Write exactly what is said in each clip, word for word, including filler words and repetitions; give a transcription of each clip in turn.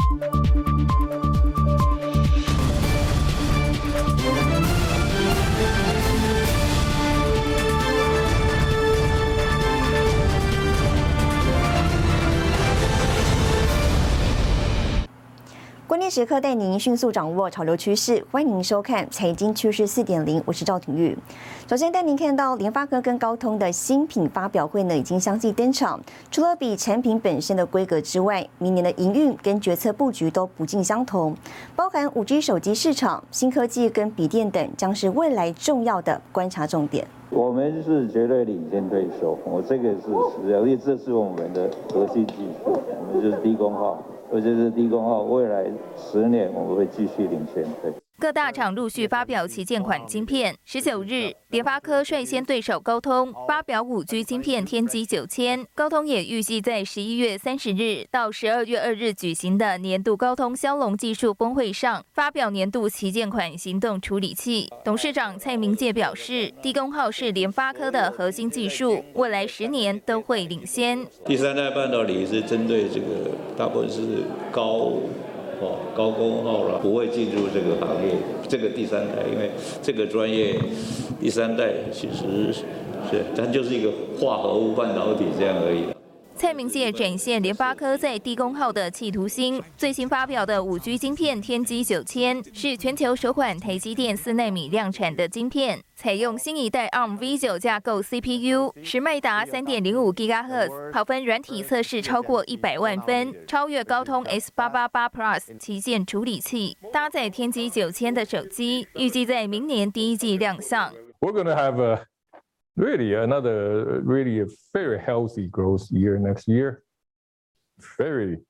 关键时刻带您迅速掌握潮流趋势，欢迎您收看《财经趋势四点零》，我是赵廷玉。首先带您看到联发科跟高通的新品发表会呢，已经相继登场。除了比产品本身的规格之外，明年的营运跟决策布局都不尽相同，包含 五 G 手机市场、新科技跟笔电等，将是未来重要的观察重点。 我们是绝对领先对手，我这个是实料，因为这是我们的核心技术，我们就是低功耗。而且是低功耗，未来十年我们会继续领先。对。 各大厂陆续发表旗舰款晶片。十九日，联发科率先对手高通发表 五 G 晶片天玑九千，高通也预计在十一月三十日到十二月二日举行的年度高通骁龙技术峰会上发表年度旗舰款行动处理器。董事长蔡明介表示，低功耗是联发科的核心技术，未来十年都会领先。 第三代半导体是针对这个大部分是高。哦，高功耗了，不会进入这个行业。这个第三代，因为这个专业第三代其实是它就是一个化合物半导体这样而已。 蔡明介展现联发科在低功耗的企图心。最新发表的 五 G 晶片天玑九千是全球首款台积电四奈米量产的晶片，采用新一代 A R M V 九 架构 C P U， 时迈达 三点零五 吉赫兹， 跑分软体测试超过一百万分，超越高通 S 八八八 Plus 旗舰处理器，搭载天玑九千的手机，预计在明年第一季亮相。 We're going to have a really another really a very healthy growth year next year. Very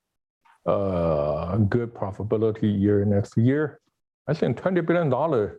uh, good profitability year next year. I think twenty billion dollars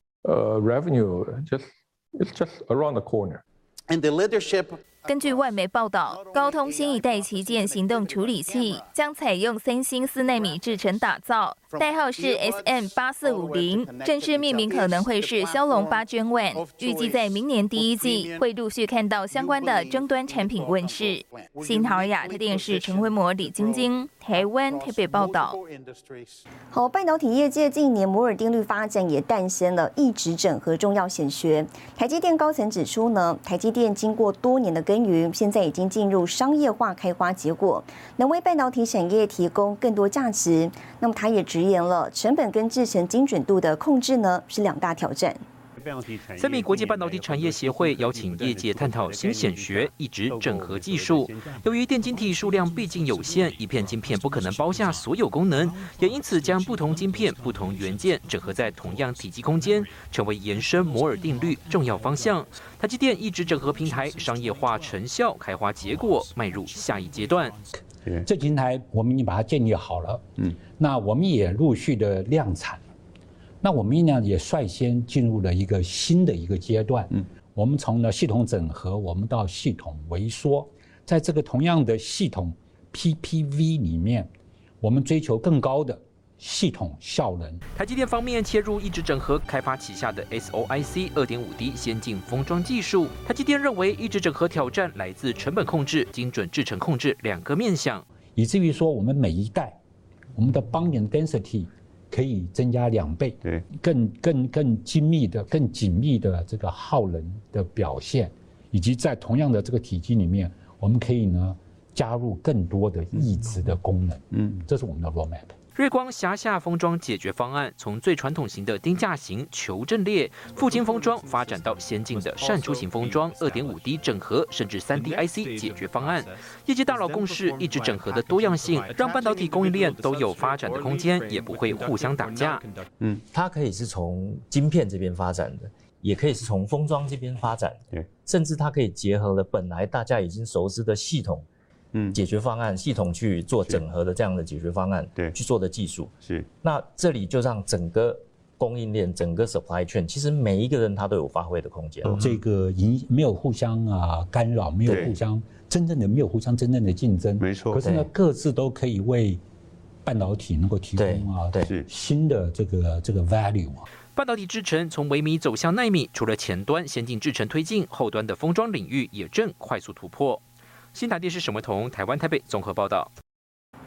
uh, revenue just it's just around the corner. And the leadership. 根据外媒报道，高通新一代旗舰行动处理器将采用三星四奈米制程打造，代号是 S M 八四五零， 正式命名可能会是骁龙八 Gen 一， 预计在明年第一季会陆续看到相关的终端产品问世。新唐尔亚特电视陈慧模、李晶晶，台湾台北报道。 好，半导体业界近年摩尔定律发展也诞生了异质整合重要显学。台积电高层指出呢，台积电经过多年的耕耘，现在已经进入商业化开花结果，能为半导体产业提供更多价值。那么他也直言了，成本跟制程精准度的控制呢是两大挑战。 三名国际半导体产业协会邀请业界探讨新显学异质整合技术。由于电晶体数量毕竟有限，一片晶片不可能包下所有功能，也因此将不同晶片、不同元件整合在同样体积空间，成为延伸摩尔定律重要方向。台积电异质整合平台商业化成效开花结果，迈入下一阶段。 这平台我们已经把它建立好了，嗯，那我们也陆续的量产。那我们呢也率先进入了一个新的一个阶段，嗯，我们从呢系统整合，我们到系统微缩，在这个同样的系统 P P V 里面，我们追求更高的系统效能。 台积电方面切入异质整合，开发旗下的 S O I C 二点五 D 先进封装技术。台积电认为，异质整合挑战来自成本控制、精准制程控制两个面向， 以至于说我们每一代我们的 bonding density 可以增加两倍，对，更更更精密的、更紧密的这个耗能的表现，以及在同样的这个体积里面，我们可以呢加入更多的异质的功能，嗯，这是我们的 roadmap。 瑞光辖下封装解决方案，从最传统型的钉架型球阵列附晶封装，发展到先进的扇出型封装、二点五 D 整合，甚至 三 D I C 解决方案。业界大佬共识，异质整合的多样性，让半导体供应链都有发展的空间，也不会互相打架。 嗯，它可以是从晶片这边发展的，也可以是从封装这边发展的，甚至它可以结合了本来大家已经熟知的系统。嗯，解决方案系统去做整合的这样的解决方案，对，去做的技术是。那这里就让整个供应链、整个 supply chain， 其实每一个人他都有发挥的空间。 嗯、这个影没有互相啊干扰，没有互相真正的没有互相真正的竞争，没错。可是呢，各自都可以为半导体能够提供啊对新的这个这个 value 啊。 半导体制程从微米走向奈米，除了前端先进制程推进，后端的封装领域也正快速突破。新台电视沈维彤台湾台北综合报道。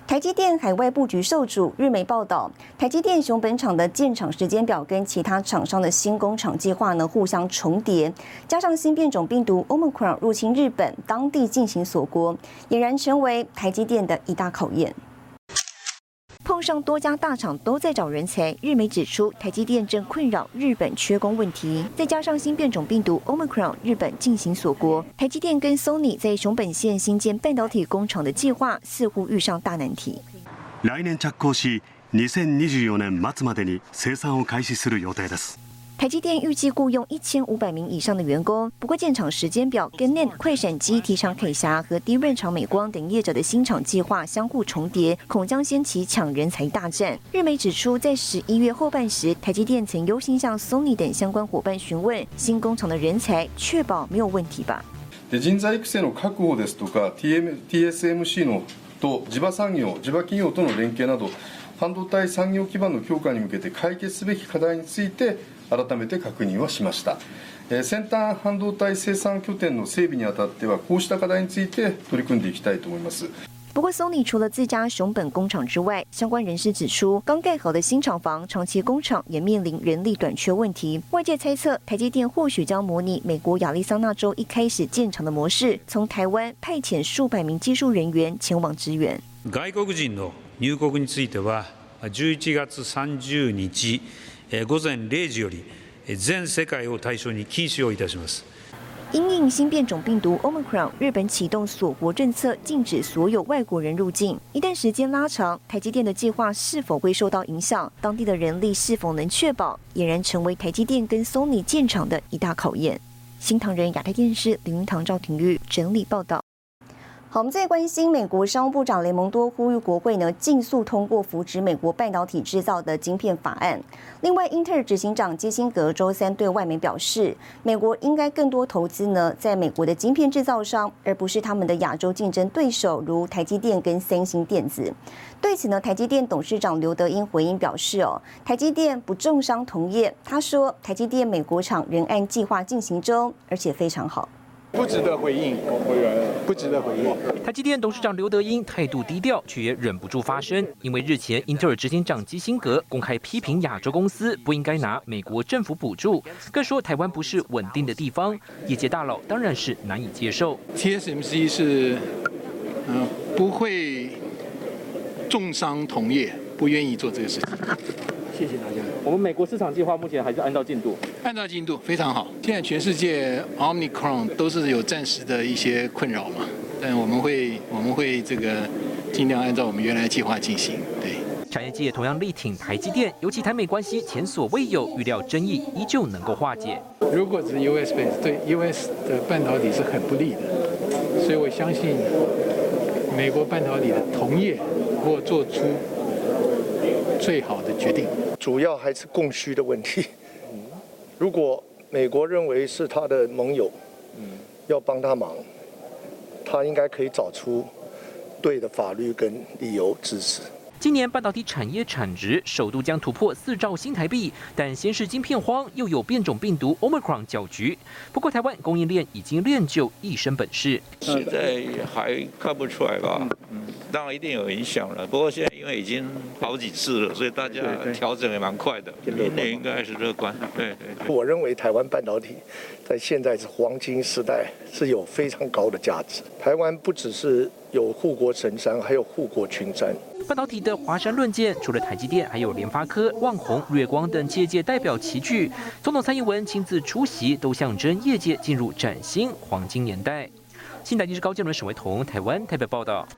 台积电海外布局受阻，日媒报道，台积电熊本厂的建厂时间表跟其他厂商的新工厂计划呢互相重叠，加上新变种病毒 Omicron 入侵日本，当地进行锁国，俨然成为台积电的一大考验。碰上多家大厂都在找人才，日媒指出，台积电正困扰日本缺工问题，再加上新变种病毒 Omicron， 日本进行锁国，台積電跟 Sony 在熊本县新建半导体工厂的计划似乎遇上大难题。 来年着工し、にせんにじゅうよねん末までに生産を開始する予定です。 台积电预计雇用一千五百名以上的员工，不过建厂时间表跟 N A N D 快闪机体厂凯霞和低润厂美光等业者的新厂计划相互重叠，恐将掀起抢人才大战。日媒指出，在十一月后半时，台积电曾忧心向 Sony 等相关伙伴询问新工厂的人才，确保没有问题吧。 で人材育成の確保ですとか ティーエスエムシー のと地場産業、地場企業との連携など、半導体産業基盤の強化に向けて解決すべき課題について改めて確認はしました。先端半導体生産拠点の整備にあたってはこうした課題について取り組んでいきたいと思います。 不过 ，Sony 除了自家熊本工厂之外，相关人士指出，刚盖好的新厂房长期工厂也面临人力短缺问题。外界猜测，台积電或许将模拟美国亚利桑那州一开始建厂的模式，从台湾派遣数百名技术人员前往支援。 外国人の入国については、じゅういちがつさんじゅうにち午前零時より全世界を対象に禁止をいたします。 因应新变种病毒 Omicron， 日本启动锁国政策，禁止所有外国人入境。一旦时间拉长，台积电的计划是否会受到影响？当地的人力是否能确保，俨然成为台积电跟 Sony 建厂的一大考验。新唐人亚太电视林云堂、赵廷玉整理报道。好，我们再关心美国商务部长雷蒙多呼吁国会呢尽速通过扶植美国半导体制造的晶片法案。另外，英特尔执行长基辛格周三对外媒表示，美国应该更多投资呢在美国的晶片制造商，而不是他们的亚洲竞争对手如台积电跟三星电子。对此呢，台积电董事长刘德英回应表示，哦，台积电不重伤同业。他说，台积电美国厂仍按计划进行中，而且非常好。 不值得回应，不值得回应。 台积电董事长刘德英态度低调，却也忍不住发声，因为日前英特尔执行长基辛格公开批评亚洲公司不应该拿美国政府补助，更说台湾不是稳定的地方，业界大佬当然是难以接受。 T S M C 是，呃，不会重伤同业，不愿意做这个事情。谢谢大家。 我们美国市场计划目前还是按照进度， 按照进度非常好。现在全世界 Omicron 都是有暂时的一些困扰嘛，但我们会我们会这个尽量按照我们原来计划进行。对。 产业界同样力挺台积电，尤其台美关系前所未有，预料争议依旧能够化解。 如果只是 U S base 对 U S 的半导体是很不利的，所以我相信美国半导体的同业如果做出最好的决定， 主要还是供需的问题。如果美国认为是他的盟友，要帮他忙，他应该可以找出对的法律跟理由支持。 今年半导体产业产值首度将突破四兆新台币，但先是晶片荒，又有变种病毒 Omicron 搅局。不过台湾供应链已经练就一身本事， 现在还看不出来吧？当然一定有影响了。不过现在因为已经好几次了，所以大家调整也蛮快的。明年应该是乐观。对对。 我认为台湾半导体在现在是黄金时代，是有非常高的价值。台湾不只是有护国神山，还有护国群山。 半导体的华山论剑，除了台积电，还有联发科、旺宏、瑞光等业界代表齐聚。总统蔡英文亲自出席，都象征业界进入崭新黄金年代。新台电视高建伦、沈维彤，台湾台北报道。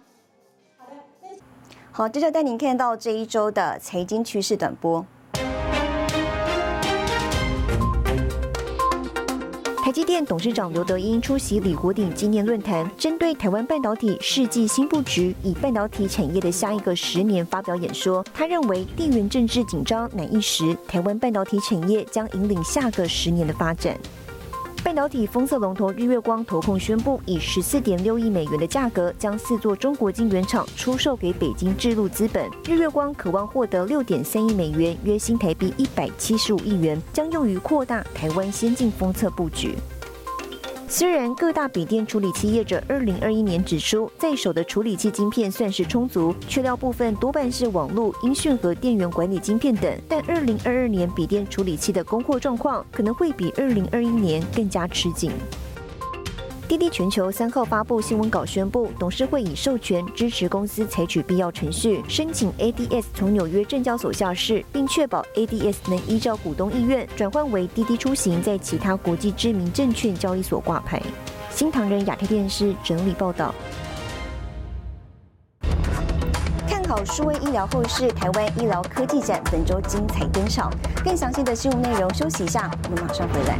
好，接着带您看到这一周的财经趋势短波。台积电董事长刘德英出席李国鼎纪念论坛，针对台湾半导体世纪新布局以半导体产业的下一个十年发表演说。他认为地缘政治紧张难一时，台湾半导体产业将引领下个十年的发展。半导体封测龙头日月光投控宣布，以十四点六亿美元的价格，将四座中国晶圆厂出售给北京智路资本。日月光渴望获得六点三亿美元，约新台币一百七十五亿元，将用于扩大台湾先进封测布局。 虽然各大笔电处理器业者二零二一年指出，在手的处理器晶片算是充足，缺料部分多半是网络、音讯和电源管理晶片等，但二零二二年笔电处理器的供货状况可能会比二零二一年更加吃紧。滴滴全球三号发布新闻稿宣布，董事会已授权支持公司采取必要程序，申请 A D S 从纽约证交所下市，并确保 A D S 能依照股东意愿转换为滴滴出行在其他国际知名证券交易所挂牌。新唐人亚太电视整理报道。看好数位医疗后市，台湾医疗科技展本周精彩登场。更详细的新闻内容，休息一下，我们马上回来。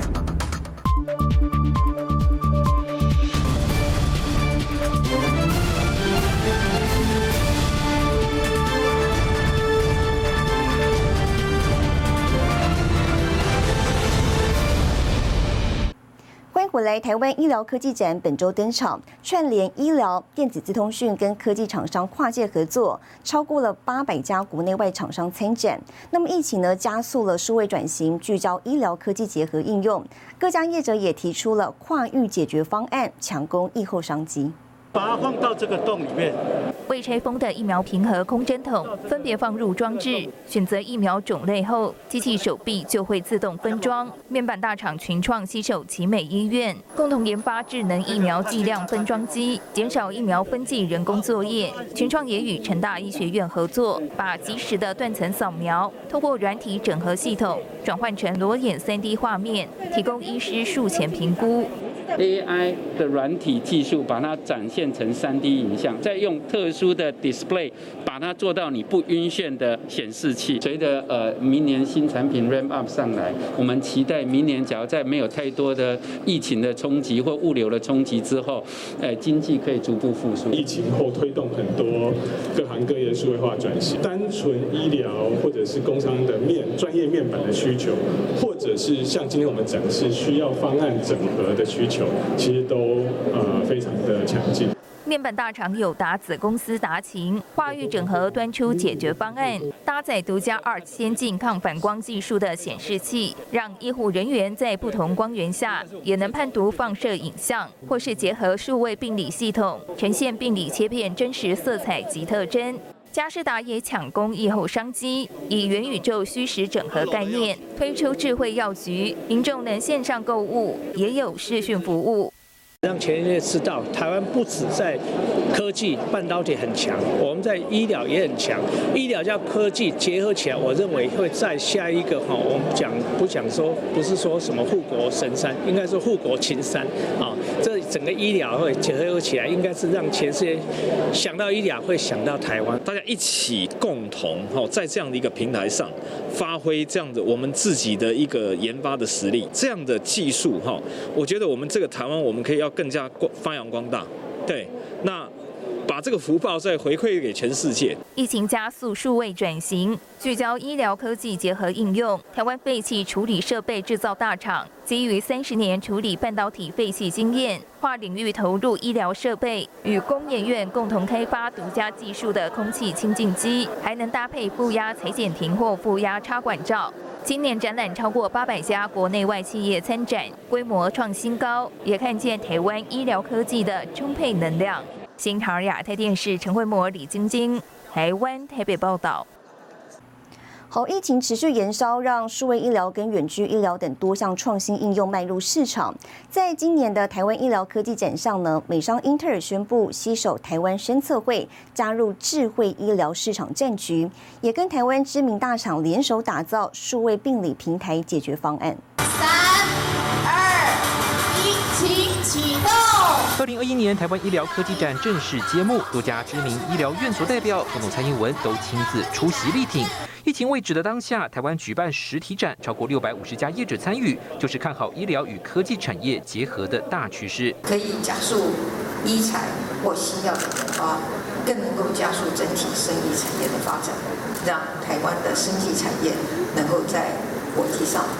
回来，台湾医疗科技展本周登场，串联医疗、电子资通讯跟科技厂商跨界合作，超过了八百家国内外厂商参展。那么疫情呢，加速了数位转型，聚焦医疗科技结合应用，各家业者也提出了跨域解决方案，抢攻疫后商机。 把它放到这个洞里面。 未拆封的疫苗瓶和空针筒分别放入装置，选择疫苗种类后，机器手臂就会自动分装。面板大厂群创携手奇美医院，共同研发智能疫苗剂量分装机，减少疫苗分剂人工作业。群创也与成大医学院合作，把即时的断层扫描，透过软体整合系统转换成裸眼 三 D 画面，提供医师术前评估。 A I 的软体技术把它展现成 三 D 影像，再用特殊的 display 把它做到你不晕眩的显示器。随着呃明年新产品 ramp up 上来，我们期待明年假如在没有太多的疫情的冲击或物流的冲击之后，呃经济可以逐步复苏。 疫情后推动很多各行各业数位化转型，单纯医疗或者是工商的面专业面板的需求，或者是像今天我们展示需要方案整合的需求。其实都呃非常的强劲。 面板大厂友达子公司达勤跨域整合端出解决方案，搭载独家 A R C 先进抗反光技术的显示器，让医护人员在不同光源下也能判读放射影像，或是结合数位病理系统，呈现病理切片真实色彩及特征。佳士达也抢攻疫后商机，以元宇宙虚实整合概念推出智慧药局，民众能线上购物，也有视讯服务。 让全世界知道，台湾不止在科技半导体很强，我们在医疗也很强。医疗加科技结合起来，我认为会在下一个哈，我们讲不讲说不是说什么护国神山，应该说护国群山啊。这整个医疗会结合起来，应该是让全世界想到医疗会想到台湾， 大家一起共同哈，在这样的一个平台上发挥这样的我们自己的一个研发的实力，这样的技术哈，我觉得我们这个台湾我们可以要更加发扬光大，对，那把这个福报再回馈给全世界。 疫情加速数位转型，聚焦医疗科技结合应用。台湾废弃处理设备制造大厂，基于三十年处理半导体废弃经验，跨领域投入医疗设备，与工研院共同开发独家技术的空气清净机，还能搭配负压裁剪亭或负压插管罩。今年展览超过八百家国内外企业参展，规模创新高，也看见台湾医疗科技的充沛能量。新唐亚太电视陈慧模、李晶晶，台湾台北报道。好，疫情持续延烧，让数位医疗跟远距医疗等多项创新应用迈入市场。在今年的台湾医疗科技展上呢，美商英特尔宣布携手台湾生测会，加入智慧医疗市场战局，也跟台湾知名大厂联手打造数位病理平台解决方案。 三、二、一，请启动。 二零二一年台湾医疗科技展正式揭幕，多家知名医疗院所代表，总统蔡英文都亲自出席力挺。疫情未止的当下，台湾举办实体展，超过六百五十家业者参与，就是看好医疗与科技产业结合的大趋势。 可以加速医材或新药的研发，更能够加速整体生医产业的发展，让台湾的生技产业能够在国际上打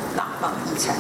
防遗产。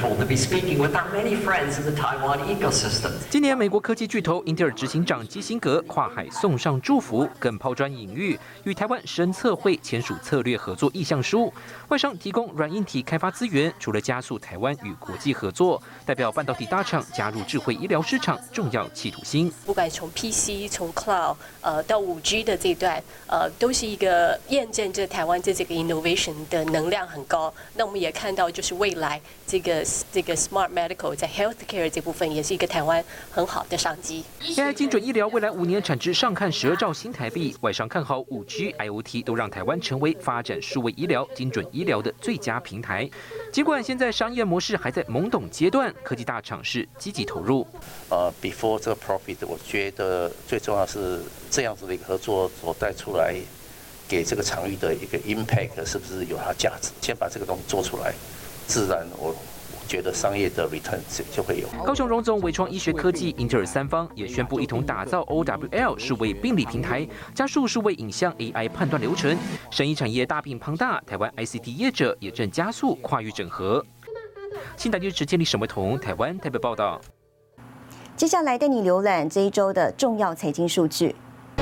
今年，美国科技巨头英特尔执行长基辛格跨海送上祝福，更抛砖引玉，与台湾深策会签署策略合作意向书，外商提供软硬体开发资源，除了加速台湾与国际合作，代表半导体大厂加入智慧医疗市场重要企图心。 不管从 P C、从 Cloud 呃到五 G 的这段，呃，都是一个验证这台湾这这个 innovation 的能量很高。那我们也看到，就是未来这个这个 Smart Medical 在 Healthcare 这部分也是一个台湾很好的商机。 A I 精准医疗未来五年产值上看十二兆新台币，外商看好五 G、I O T 都让台湾成为发展数位医疗、精准医疗的最佳平台。尽管现在商业模式还在懵懂阶段，科技大厂是积极投入。 呃 ，before 这个 profit， 我觉得最重要是这样子的一个合作所带出来给这个场域的一个 impact 是不是有它价值？先把这个东西做出来，自然我。觉得商业的 return 就会有。 高雄荣总、伟创医学科技、英特尔三方也宣布一同打造 O W L 数位病理平台，加速数位影像 A I 判断流程。生医产业大饼庞大，台湾 I C T 业者也正加速跨域整合。新台电视建立沈维彤，台湾台北报道。 接下来带你浏览这一周的重要财经数据。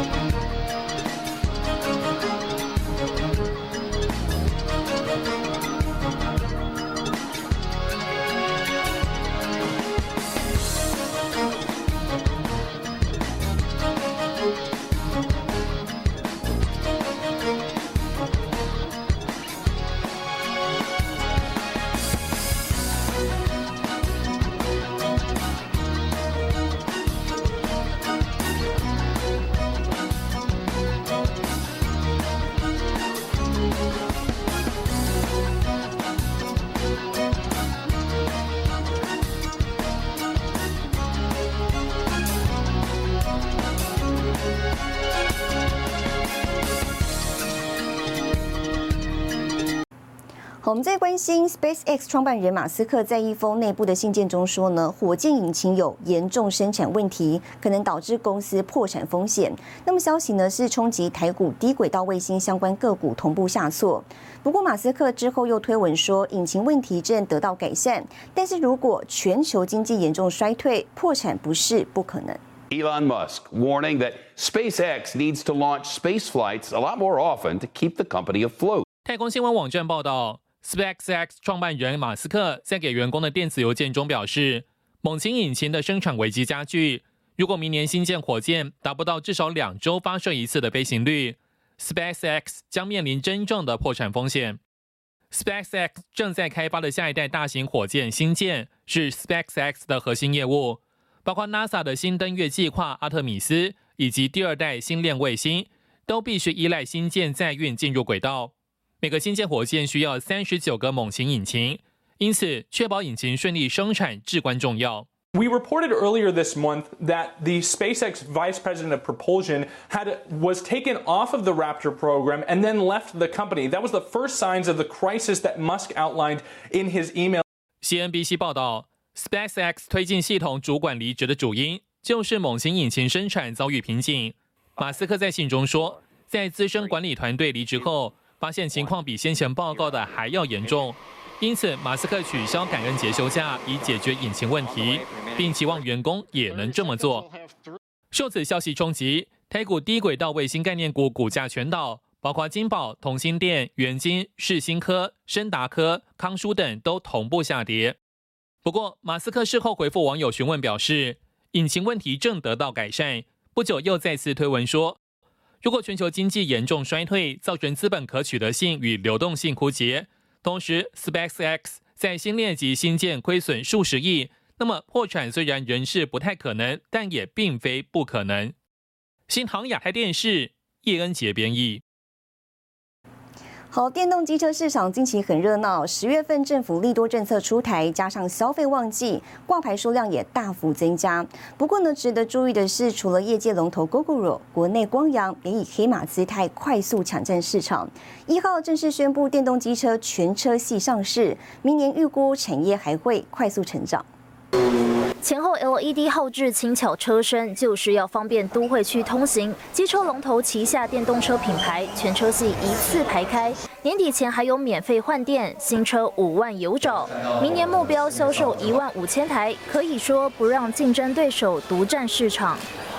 我们在关心 SpaceX 创办人马斯克在一封内部的信件中说呢，火箭引擎有严重生产问题，可能导致公司破产风险。那么消息呢是冲击台股低轨道卫星相关个股同步下挫。不过马斯克之后又推文说，引擎问题正得到改善，但是如果全球经济严重衰退，破产不是不可能。 Elon Musk warning that SpaceX needs to launch space flights a lot more often to keep the company afloat. 太空新闻网站报道。SpaceX 创办人马斯克在给员工的电子邮件中表示，猛禽引擎的生产危机加剧，如果明年新建火箭达不到至少两周发射一次的飞行率 ，SpaceX 将面临真正的破产风险。SpaceX 正在开发的下一代大型火箭星舰是 SpaceX 的核心业务，包括 NASA 的新登月计划阿特米斯以及第二代星链卫星，都必须依赖星舰载运进入轨道。每个新建火箭需要三十九个猛禽引擎，因此确保引擎顺利生产至关重要。 We reported earlier this month that the SpaceX vice president of propulsion had was taken off of the Raptor program and then left the company. That was the first signs of the crisis that Musk outlined in his email. C N B C 报道 ，SpaceX 推进系统主管离职的主因就是猛禽引擎生产遭遇瓶颈。马斯克在信中说，在资深管理团队离职后，发现情况比先前报告的还要严重，因此马斯克取消感恩节休假以解决引擎问题，并期望员工也能这么做。受此消息冲击，台股低轨道卫星概念股股价全倒，包括金宝、同欣电、元晶、世新科、深达科、康舒等都同步下跌。不过马斯克事后回复网友询问表示，引擎问题正得到改善，不久又再次推文说，如果全球经济严重衰退，造成资本可取得性与流动性枯竭，同时 SpaceX 在新链及新建亏损数十亿，那么破产虽然仍是不太可能，但也并非不可能。新航亚太电视叶恩杰编译。 好，电动机车市场近期很热闹。十月份政府利多政策出台，加上消费旺季，挂牌数量也大幅增加。不过呢，值得注意的是，除了业界龙头 Gogoro， 国内光阳也以黑马姿态快速抢占市场。一号正式宣布电动机车全车系上市，明年预估产业还会快速成长。 前后 L E D 后置轻巧车身，就是要方便都会区通行。机车龙头旗下电动车品牌，全车系一次排开，年底前还有免费换电，新车五万有找。明年目标销售一万五千台，可以说不让竞争对手独占市场。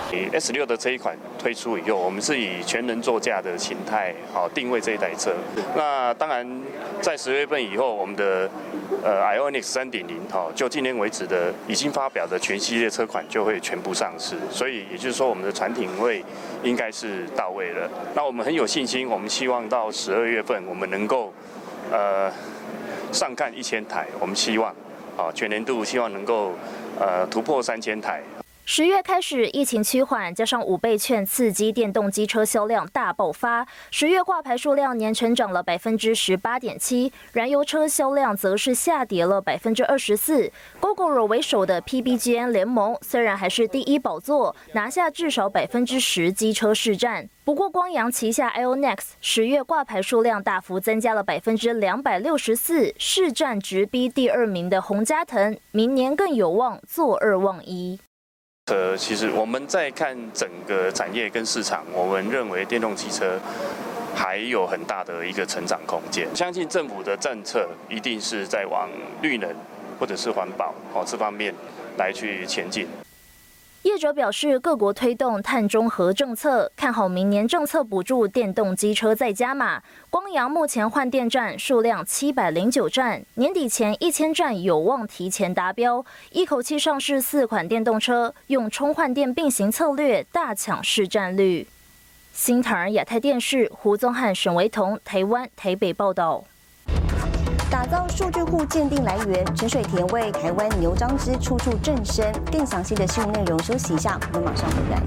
S 六的这一款推出以后，我们是以全人座驾的形态好定位这一台车。那当然，在十月份以后，我们的呃 Ioniq 三点零好，就今天为止的已经发表的全系列车款就会全部上市。所以也就是说，我们的产品位应该是到位了。那我们很有信心，我们希望到十二月份我们能够呃上看一千台。我们希望啊全年度希望能够呃突破三千台。 十月开始，疫情趋缓，加上五倍券刺激电动机车销量大爆发。十月挂牌数量年成长了百分之十八点七，燃油车销量则是下跌了百分之二十四。Gogoro 为首的 P B G N 联盟虽然还是第一宝座，拿下至少百分之十机车市占。不过，光阳旗下 Ionex 十月挂牌数量大幅增加了百分之两百六十四，市占直逼第二名的宏佳腾，明年更有望坐二望一。 呃，其实我们在看整个产业跟市场，我们认为电动汽车还有很大的一个成长空间。相信政府的政策一定是在往绿能或者是环保哦这方面来去前进。 业者表示，各国推动碳中和政策，看好明年政策补助电动机车再加码。光阳目前换电站数量七百零九站，年底前一千站有望提前达标，一口气上市四款电动车，用充换电并行策略大抢市占率。新唐人亚太电视胡宗汉、沈维彤，台湾台北报道。 打造数据库鉴定来源，陈水田为台湾牛樟芝处处正身。更详细的新闻内容，休息一下，我们马上回来。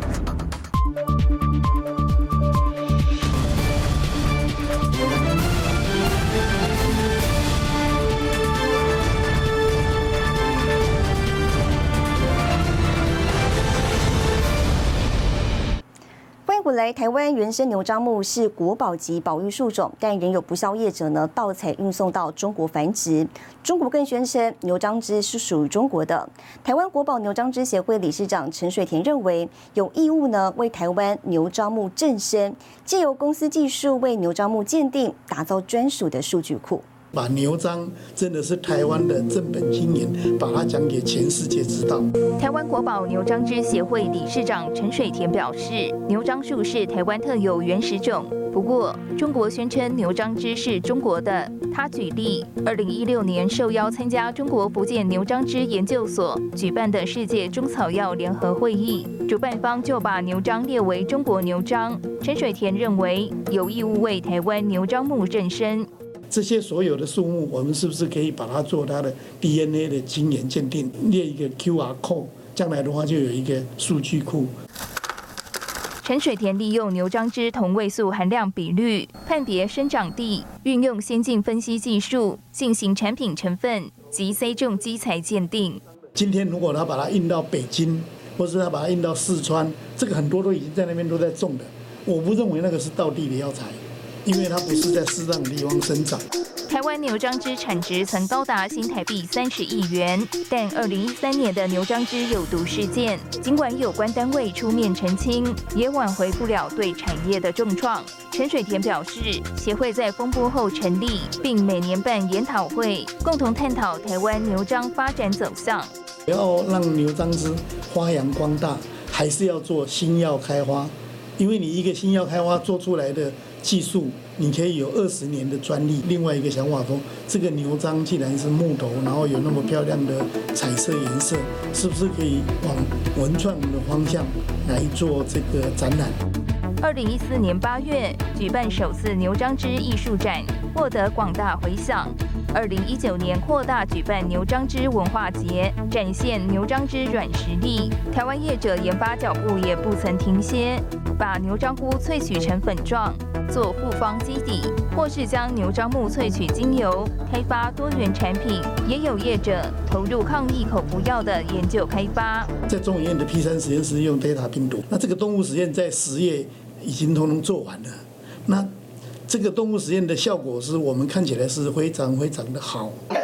古来台湾原生牛樟木是国宝级保育树种，但仍有不肖业者呢盗采运送到中国繁殖。中国更宣称牛樟芝是属于中国的。台湾国宝牛樟芝协会理事长陈水田认为，有义务呢为台湾牛樟木正身，借由公司技术为牛樟木鉴定，打造专属的数据库。 把牛樟真的是台湾的正本经营，把它讲给全世界知道。 台湾国宝牛樟芝协会理事长陈水田表示，牛樟树是台湾特有原始种，不过中国宣称牛樟芝是中国的。他举例，二零一六年受邀参加中国福建牛樟芝研究所举办的世界中草药联合会议，主办方就把牛樟列为中国牛樟。陈水田认为，有义务为台湾牛樟木正身。 这些所有的树木，我们是不是可以把它做它的 D N A 的基因鉴定，列一个 Q R code， 将来的话就有一个数据库。 陈水田利用牛樟芝同位素含量比率判别生长地，运用先进分析技术进行产品成分及 C 种基材鉴定。 今天如果他把它运到北京，或是他把它运到四川，这个很多都已经在那边都在种的，我不认为那个是道地的药材。因为它不是在适当的地方生长。 台湾牛樟芝产值曾高达新台币三十亿元，但二零一三年的牛樟芝有毒事件，尽管有关单位出面澄清，也挽回不了对产业的重创。陈水田表示，协会在风波后成立，并每年办研讨会，共同探讨台湾牛樟发展走向。 要让牛樟芝发扬光大，还是要做新药开发，因为你一个新药开发做出来的技术，你可以有二十年的专利。另外一个想法说，这个牛樟既然是木头，然后有那么漂亮的彩色颜色，是不是可以往文创的方向来做这个展览？ 二零一四年八月举办首次牛樟芝艺术展，获得广大回响。二零一九年扩大举办牛樟芝文化节，展现牛樟芝软实力。台湾业者研发脚步也不曾停歇，把牛樟菇萃取成粉状，做复方基底，或是将牛樟木萃取精油，开发多元产品。也有业者投入抗疫口服药的研究开发。 在中研院的 P 三实验室用 Delta 病毒，那这个动物实验在十月已经都能做完了。那这个动物实验的效果是我们看起来是非常非常的好。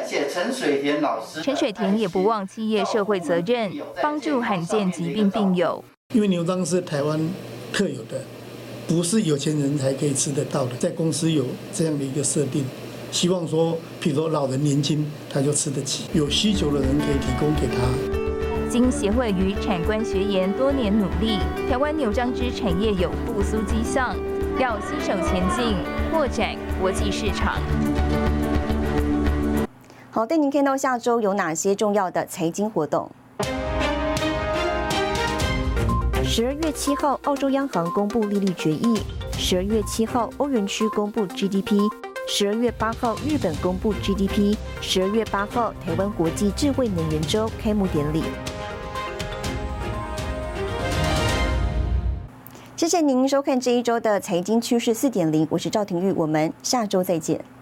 谢陈水田老师。 陈水田也不忘企业社会责任，帮助罕见疾病病友。 因为牛樟是台湾特有的，不是有钱人才可以吃得到的，在公司有这样的一个设定，希望说，譬如说老人年轻他就吃得起，有需求的人可以提供给他。 经协会与产官学研多年努力，台湾牛樟芝产业有复苏迹象，要携手前进，扩展国际市场。 好，带您看到下周有哪些重要的财经活动。十二月七号，澳洲央行公布利率决议；十二月七号，欧元区公布 G D P； 十二月八号，日本公布 G D P； 十二月八号，台湾国际智慧能源周开幕典礼。谢谢您收看这一周的财经趋势四点零，我是赵廷玉，我们下周再见。